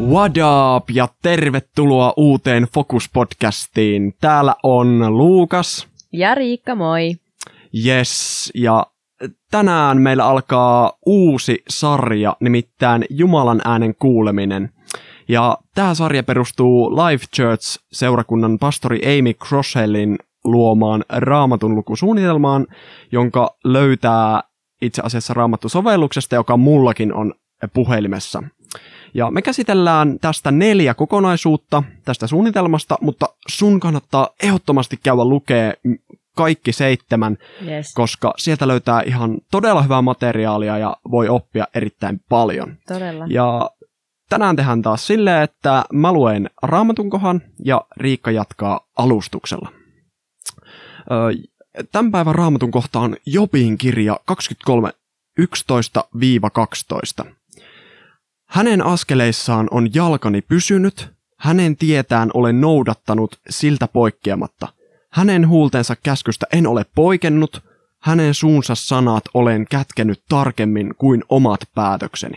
What up ja tervetuloa uuteen Focus-podcastiin. Täällä on Luukas. Ja Riikka, moi. Yes, ja tänään meillä alkaa uusi sarja, nimittäin Jumalan äänen kuuleminen. Ja tämä sarja perustuu Life Church-seurakunnan pastori Amy Crosellin luomaan Raamatun lukusuunnitelmaan, jonka löytää itse asiassa Raamattu-sovelluksesta, joka mullakin on puhelimessa. Ja me käsitellään tästä 4 kokonaisuutta tästä suunnitelmasta, mutta sun kannattaa ehdottomasti käydä lukea kaikki 7, koska sieltä löytää ihan todella hyvää materiaalia ja voi oppia erittäin paljon. Todella. Ja tänään tehdään taas silleen, että mä luen Raamatun kohan ja Riikka jatkaa alustuksella. Tämän päivän Raamatun kohta on Jobin kirja 23:11-12. Hänen askeleissaan on jalkani pysynyt, hänen tietään olen noudattanut siltä poikkeamatta. Hänen huultensa käskystä en ole poikennut, hänen suunsa sanat olen kätkenyt tarkemmin kuin omat päätökseni.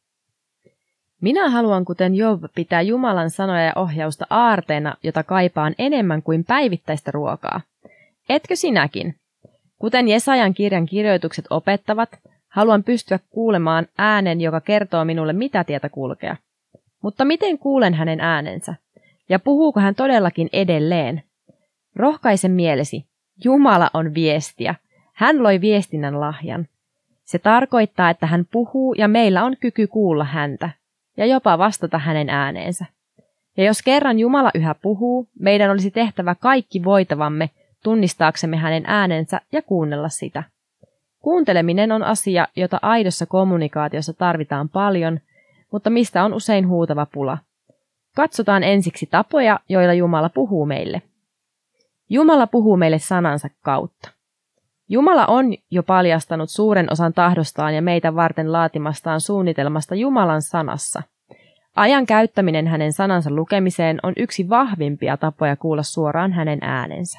Minä haluan, kuten Job, pitää Jumalan sanoja ja ohjausta aarteena, jota kaipaan enemmän kuin päivittäistä ruokaa. Etkö sinäkin? Kuten Jesajan kirjan kirjoitukset opettavat, haluan pystyä kuulemaan äänen, joka kertoo minulle, mitä tietä kulkea. Mutta miten kuulen hänen äänensä? Ja puhuuko hän todellakin edelleen? Rohkaise mielesi. Jumala on viestiä. Hän loi viestinnän lahjan. Se tarkoittaa, että hän puhuu ja meillä on kyky kuulla häntä ja jopa vastata hänen ääneensä. Ja jos kerran Jumala yhä puhuu, meidän olisi tehtävä kaikki voitavamme tunnistaaksemme hänen äänensä ja kuunnella sitä. Kuunteleminen on asia, jota aidossa kommunikaatiossa tarvitaan paljon, mutta mistä on usein huutava pula. Katsotaan ensiksi tapoja, joilla Jumala puhuu meille. Jumala puhuu meille sanansa kautta. Jumala on jo paljastanut suuren osan tahdostaan ja meitä varten laatimastaan suunnitelmasta Jumalan sanassa. Ajan käyttäminen hänen sanansa lukemiseen on yksi vahvimpia tapoja kuulla suoraan hänen äänensä.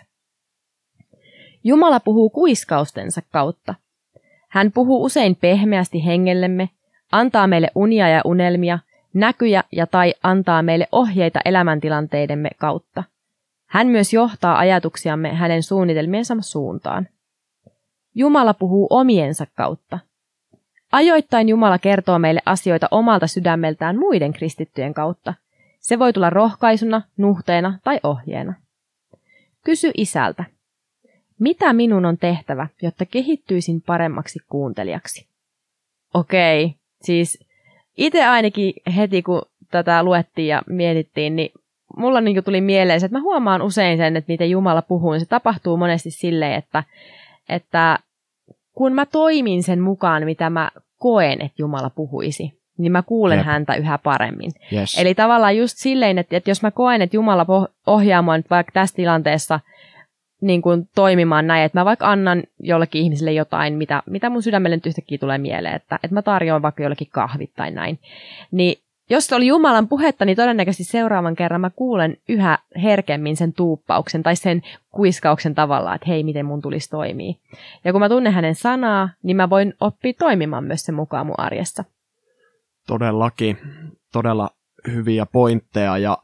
Jumala puhuu kuiskaustensa kautta. Hän puhuu usein pehmeästi hengellemme, antaa meille unia ja unelmia, näkyjä tai antaa meille ohjeita elämäntilanteidemme kautta. Hän myös johtaa ajatuksiamme hänen suunnitelmiensa suuntaan. Jumala puhuu omiensa kautta. Ajoittain Jumala kertoo meille asioita omalta sydämeltään muiden kristittyjen kautta. Se voi tulla rohkaisuna, nuhteena tai ohjeena. Kysy isältä. Mitä minun on tehtävä, jotta kehittyisin paremmaksi kuuntelijaksi? Okei, siis itse ainakin heti kun tätä luettiin ja mietittiin, niin mulla niin tuli mieleen se, että mä huomaan usein sen, että miten Jumala puhuu, niin se tapahtuu monesti silleen, että kun mä toimin sen mukaan, mitä mä koen, että Jumala puhuisi, niin mä kuulen häntä yhä paremmin. Yes. Eli tavallaan just silleen, että jos mä koen, että Jumala ohjaa mua nyt vaikka tässä tilanteessa niin kuin toimimaan näin, että mä vaikka annan jollekin ihmiselle jotain, mitä mun sydämelle nyt yhtäkkiä tulee mieleen, että mä tarjoan vaikka jollekin kahvit tai näin, niin jos se oli Jumalan puhetta, niin todennäköisesti seuraavan kerran mä kuulen yhä herkemmin sen tuuppauksen tai sen kuiskauksen tavallaan, että hei, miten mun tulisi toimia. Ja kun mä tunnen hänen sanaa, niin mä voin oppia toimimaan myös sen mukaan mun arjessa. Todellakin. Todella hyviä pointteja. Ja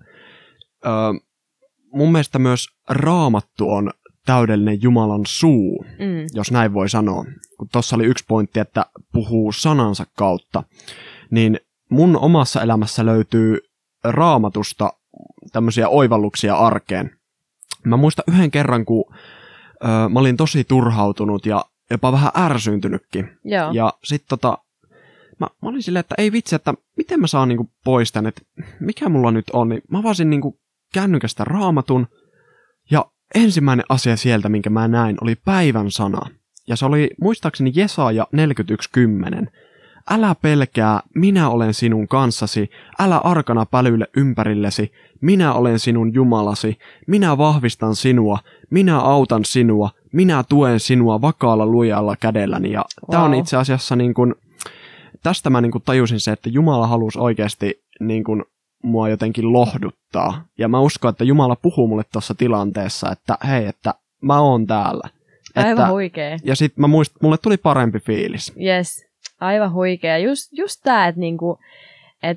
mun mielestä myös Raamattu on täydellinen Jumalan suu, jos näin voi sanoa. Kun tuossa oli yksi pointti, että puhuu sanansa kautta, niin mun omassa elämässä löytyy Raamatusta tämmöisiä oivalluksia arkeen. Mä muistan yhden kerran, kun mä olin tosi turhautunut ja jopa vähän ärsyyntynytkin. Joo. Ja sit mä olin silleen, että ei vitsi, että miten mä saan niinku pois tän, että mikä mulla nyt on. Niin mä avasin niinku kännykästä Raamatun ja ensimmäinen asia sieltä, minkä mä näin, oli päivän sana. Ja se oli muistaakseni Jesaja 41:10. Älä pelkää, minä olen sinun kanssasi, älä arkana pälyille ympärillesi, minä olen sinun Jumalasi, minä vahvistan sinua, minä autan sinua, minä tuen sinua vakaalla lujalla kädelläni. Ja tää on itse asiassa niin kun, tästä mä niin kun tajusin se, että Jumala halusi oikeasti niin kun mua jotenkin lohduttaa. Ja mä uskon, että Jumala puhuu mulle tuossa tilanteessa, että hei, että mä oon täällä. Aivan huikea. Ja sit mulle tuli parempi fiilis. Yes. Aivan huikea. Just tää, että niinku,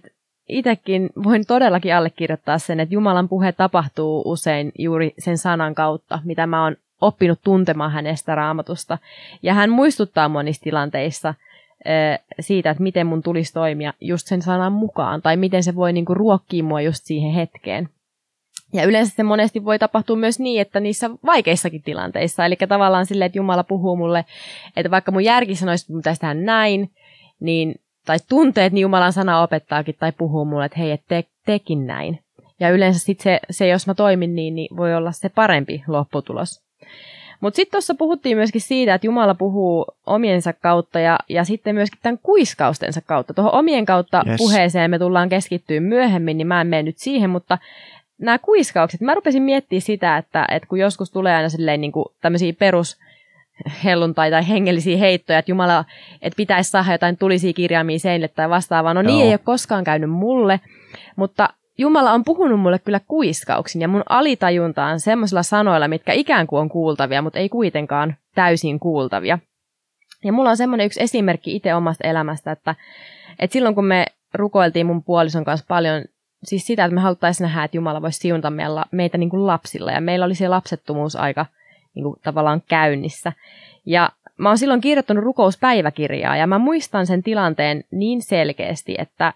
itsekin voin todellakin allekirjoittaa sen, että Jumalan puhe tapahtuu usein juuri sen sanan kautta, mitä mä oon oppinut tuntemaan hänestä Raamatusta. Ja hän muistuttaa monissa tilanteissa siitä, että miten mun tulisi toimia just sen sanan mukaan, tai miten se voi niinku ruokkia mua just siihen hetkeen. Ja yleensä se monesti voi tapahtua myös niin, että niissä vaikeissakin tilanteissa, eli tavallaan silleen, että Jumala puhuu mulle, että vaikka mun järki sanoisi, että mun pitäisi tehdä näin, niin, tai tunteet, niin Jumalan sana opettaakin tai puhuu mulle, että hei, et tekin näin. Ja yleensä sitten se, jos mä toimin niin voi olla se parempi lopputulos. Mutta sitten tuossa puhuttiin myöskin siitä, että Jumala puhuu omiensa kautta ja sitten myöskin tämän kuiskaustensa kautta. Tuohon omien kautta puheeseen me tullaan keskittyä myöhemmin, niin mä en mene nyt siihen, mutta nämä kuiskaukset, mä rupesin miettimään sitä, että kun joskus tulee aina silleen niin kuin tämmöisiä perushelluntai tai hengellisiä heittoja, että Jumala, että pitäisi saada jotain tulisia kirjaimia seinille tai vastaavaa. No niin ei ole koskaan käynyt mulle, mutta Jumala on puhunut mulle kyllä kuiskauksin ja mun alitajuntaan semmoisilla sanoilla, mitkä ikään kuin on kuultavia, mutta ei kuitenkaan täysin kuultavia. Ja mulla on semmoinen yksi esimerkki itse omasta elämästä, että silloin kun me rukoiltiin mun puolison kanssa paljon, siis sitä, että me haluttaisiin nähdä, että Jumala voisi siunata meitä niin kuin lapsilla ja meillä oli se lapsettomuus aika niin kuin tavallaan käynnissä. Ja mä oon silloin kirjoittanut rukouspäiväkirjaa ja mä muistan sen tilanteen niin selkeästi, että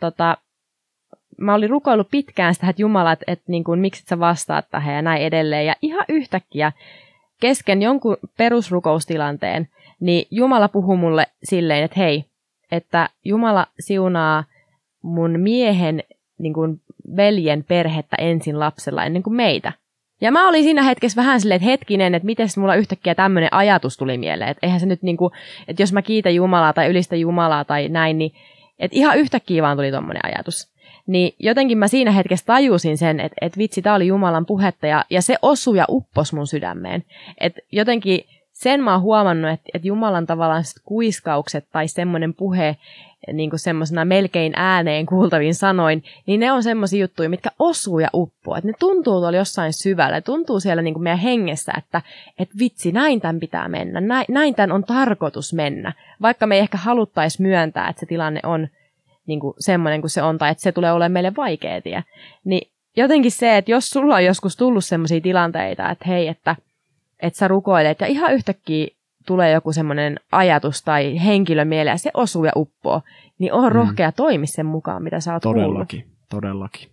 mä olin rukoillut pitkään sitä, että Jumala, että niin kuin, miksi et sä vastaat tähän ja näin edelleen. Ja ihan yhtäkkiä kesken jonkun perusrukoustilanteen, niin Jumala puhui mulle silleen, että hei, että Jumala siunaa mun miehen niin kuin veljen perhettä ensin lapsella ennen kuin meitä. Ja mä olin siinä hetkessä vähän silleen, että hetkinen, että miten mulla yhtäkkiä tämmöinen ajatus tuli mieleen. Että eihän se nyt niin kuin, että jos mä kiitän Jumalaa tai ylistän Jumalaa tai näin, niin että ihan yhtäkkiä vaan tuli tommoinen ajatus. Niin jotenkin mä siinä hetkessä tajusin sen, että vitsi, tää oli Jumalan puhetta ja se osui ja upposi mun sydämeen. Että jotenkin sen mä oon huomannut, että Jumalan tavallaan kuiskaukset tai semmoinen puhe niin kuin semmosena melkein ääneen kuultavin sanoin, niin ne on semmoisia juttuja, mitkä osuu ja uppoo. Että ne tuntuu tuolla jossain syvällä, tuntuu siellä niin kuin meidän hengessä, että vitsi, näin tämän pitää mennä, näin tämän on tarkoitus mennä. Vaikka me ei ehkä haluttaisi myöntää, että se tilanne on niin kuin semmoinen kuin se on, tai että se tulee olemaan meille vaikea tie. Niin jotenkin se, että jos sulla on joskus tullut semmoisia tilanteita, että hei, että sä rukoilet ja ihan yhtäkkiä tulee joku semmoinen ajatus tai henkilö mieleen ja se osuu ja uppoo, niin on rohkea toimi sen mukaan, mitä sä oot kuullut. Todellakin.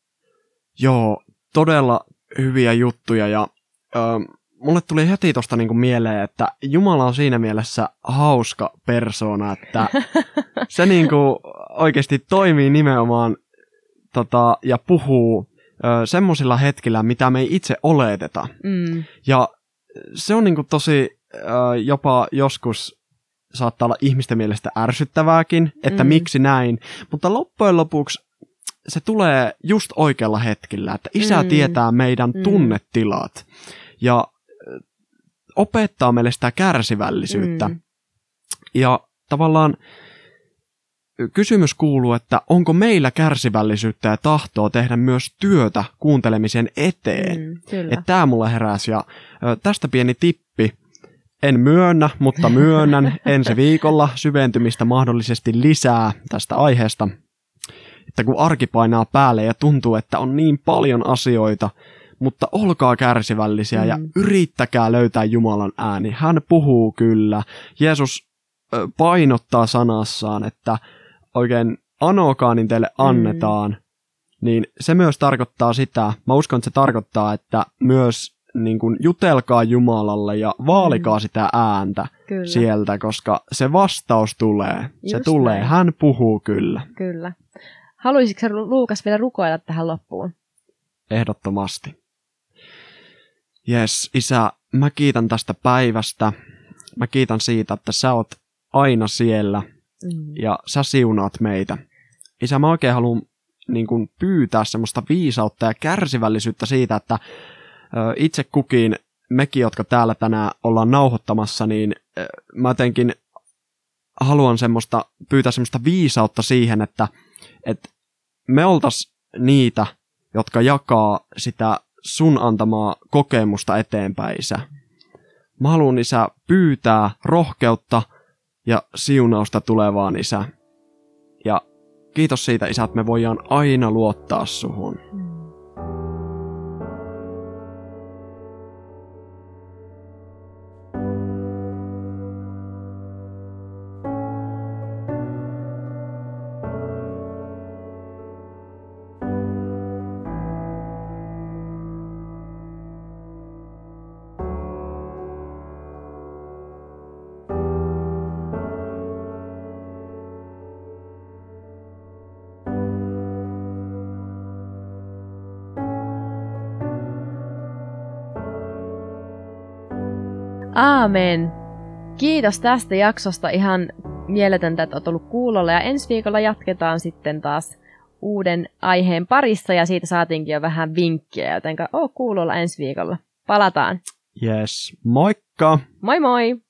Joo, todella hyviä juttuja ja mulle tuli heti tosta niinku mieleen, että Jumala on siinä mielessä hauska persoona, että se niinku oikeasti toimii nimenomaan ja puhuu semmoisilla hetkillä, mitä me ei itse oleteta. Ja se on niinku tosi jopa joskus saattaa olla ihmisten mielestä ärsyttävääkin, että miksi näin, mutta loppujen lopuksi se tulee just oikealla hetkellä, että Isä tietää meidän tunnetilat ja opettaa meille sitä kärsivällisyyttä. Ja tavallaan kysymys kuuluu, että onko meillä kärsivällisyyttä ja tahtoa tehdä myös työtä kuuntelemisen eteen. Että tämä mulle heräsi ja tästä pieni tippi. En myönnä, mutta myönnän ensi viikolla syventymistä mahdollisesti lisää tästä aiheesta. Että kun arki painaa päälle ja tuntuu, että on niin paljon asioita, mutta olkaa kärsivällisiä ja yrittäkää löytää Jumalan ääni. Hän puhuu kyllä. Jeesus painottaa sanassaan, että oikein anokaa, niin teille annetaan. Niin se myös tarkoittaa sitä, mä uskon, että se tarkoittaa, että myös niin kuin jutelkaa Jumalalle ja vaalikaa sitä ääntä sieltä, koska se vastaus tulee. Just se tulee. Näin. Hän puhuu kyllä. Kyllä. Haluaisitko Luukas vielä rukoilla tähän loppuun? Ehdottomasti. Jes, Isä, mä kiitän tästä päivästä. Mä kiitän siitä, että sä oot aina siellä ja sä siunaat meitä. Isä, mä oikein haluan niin kuin pyytää semmoista viisautta ja kärsivällisyyttä siitä, että itse kukin, mekin, jotka täällä tänään ollaan nauhoittamassa, niin mä jotenkin haluan pyytää semmoista viisautta siihen, että me oltaisiin niitä, jotka jakaa sitä sun antamaa kokemusta eteenpäin, Isä. Mä haluan, Isä, pyytää rohkeutta ja siunausta tulevaan, Isä. Ja kiitos siitä, isä, että me voidaan aina luottaa suhun. Aamen. Kiitos tästä jaksosta. Ihan mieletöntä, että olet ollut kuulolla. Ja ensi viikolla jatketaan sitten taas uuden aiheen parissa. Ja siitä saatiinkin jo vähän vinkkiä. Jotenka kuulolla ensi viikolla. Palataan. Yes. Moikka! Moi moi!